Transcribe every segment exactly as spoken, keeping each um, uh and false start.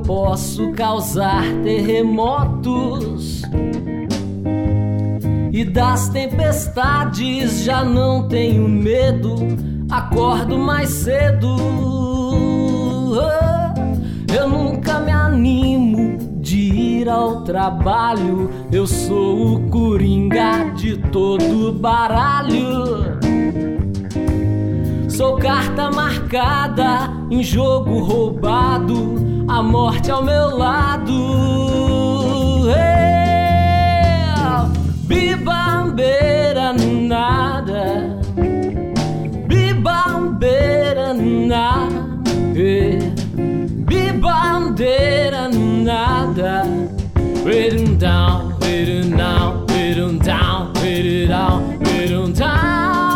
posso causar terremotos, e das tempestades já não tenho medo. Acordo mais cedo. Eu nunca me animo de ir ao trabalho. Eu sou o coringa de todo baralho. Sou carta marcada em jogo roubado, a morte ao meu lado. Hey, bibambeira nada, bibambeira nada, hey, bibambeira nada. Written down, written down, written down, written down, written down.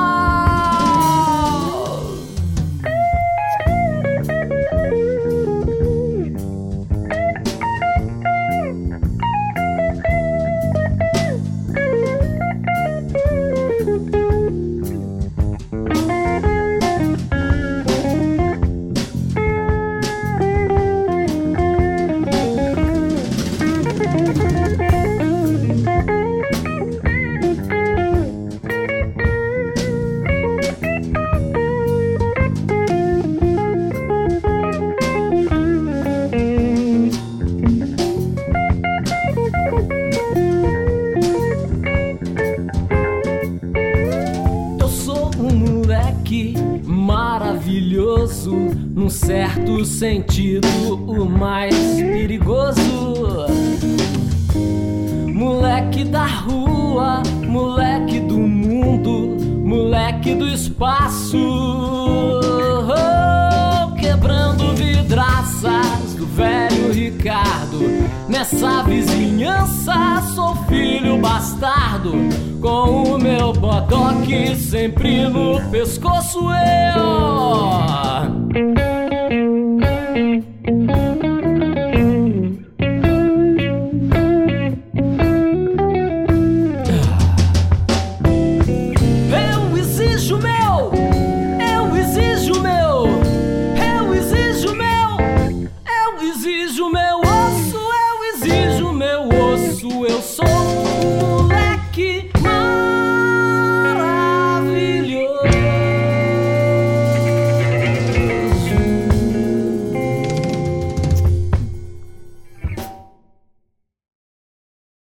Maravilhoso, num certo sentido, o mais perigoso. Moleque da rua, moleque do mundo, moleque do espaço. Oh, quebrando vidraças do velho Ricardo. Nessa vizinhança sou filho bastardo, com o meu bodoque sempre no pescoço eu.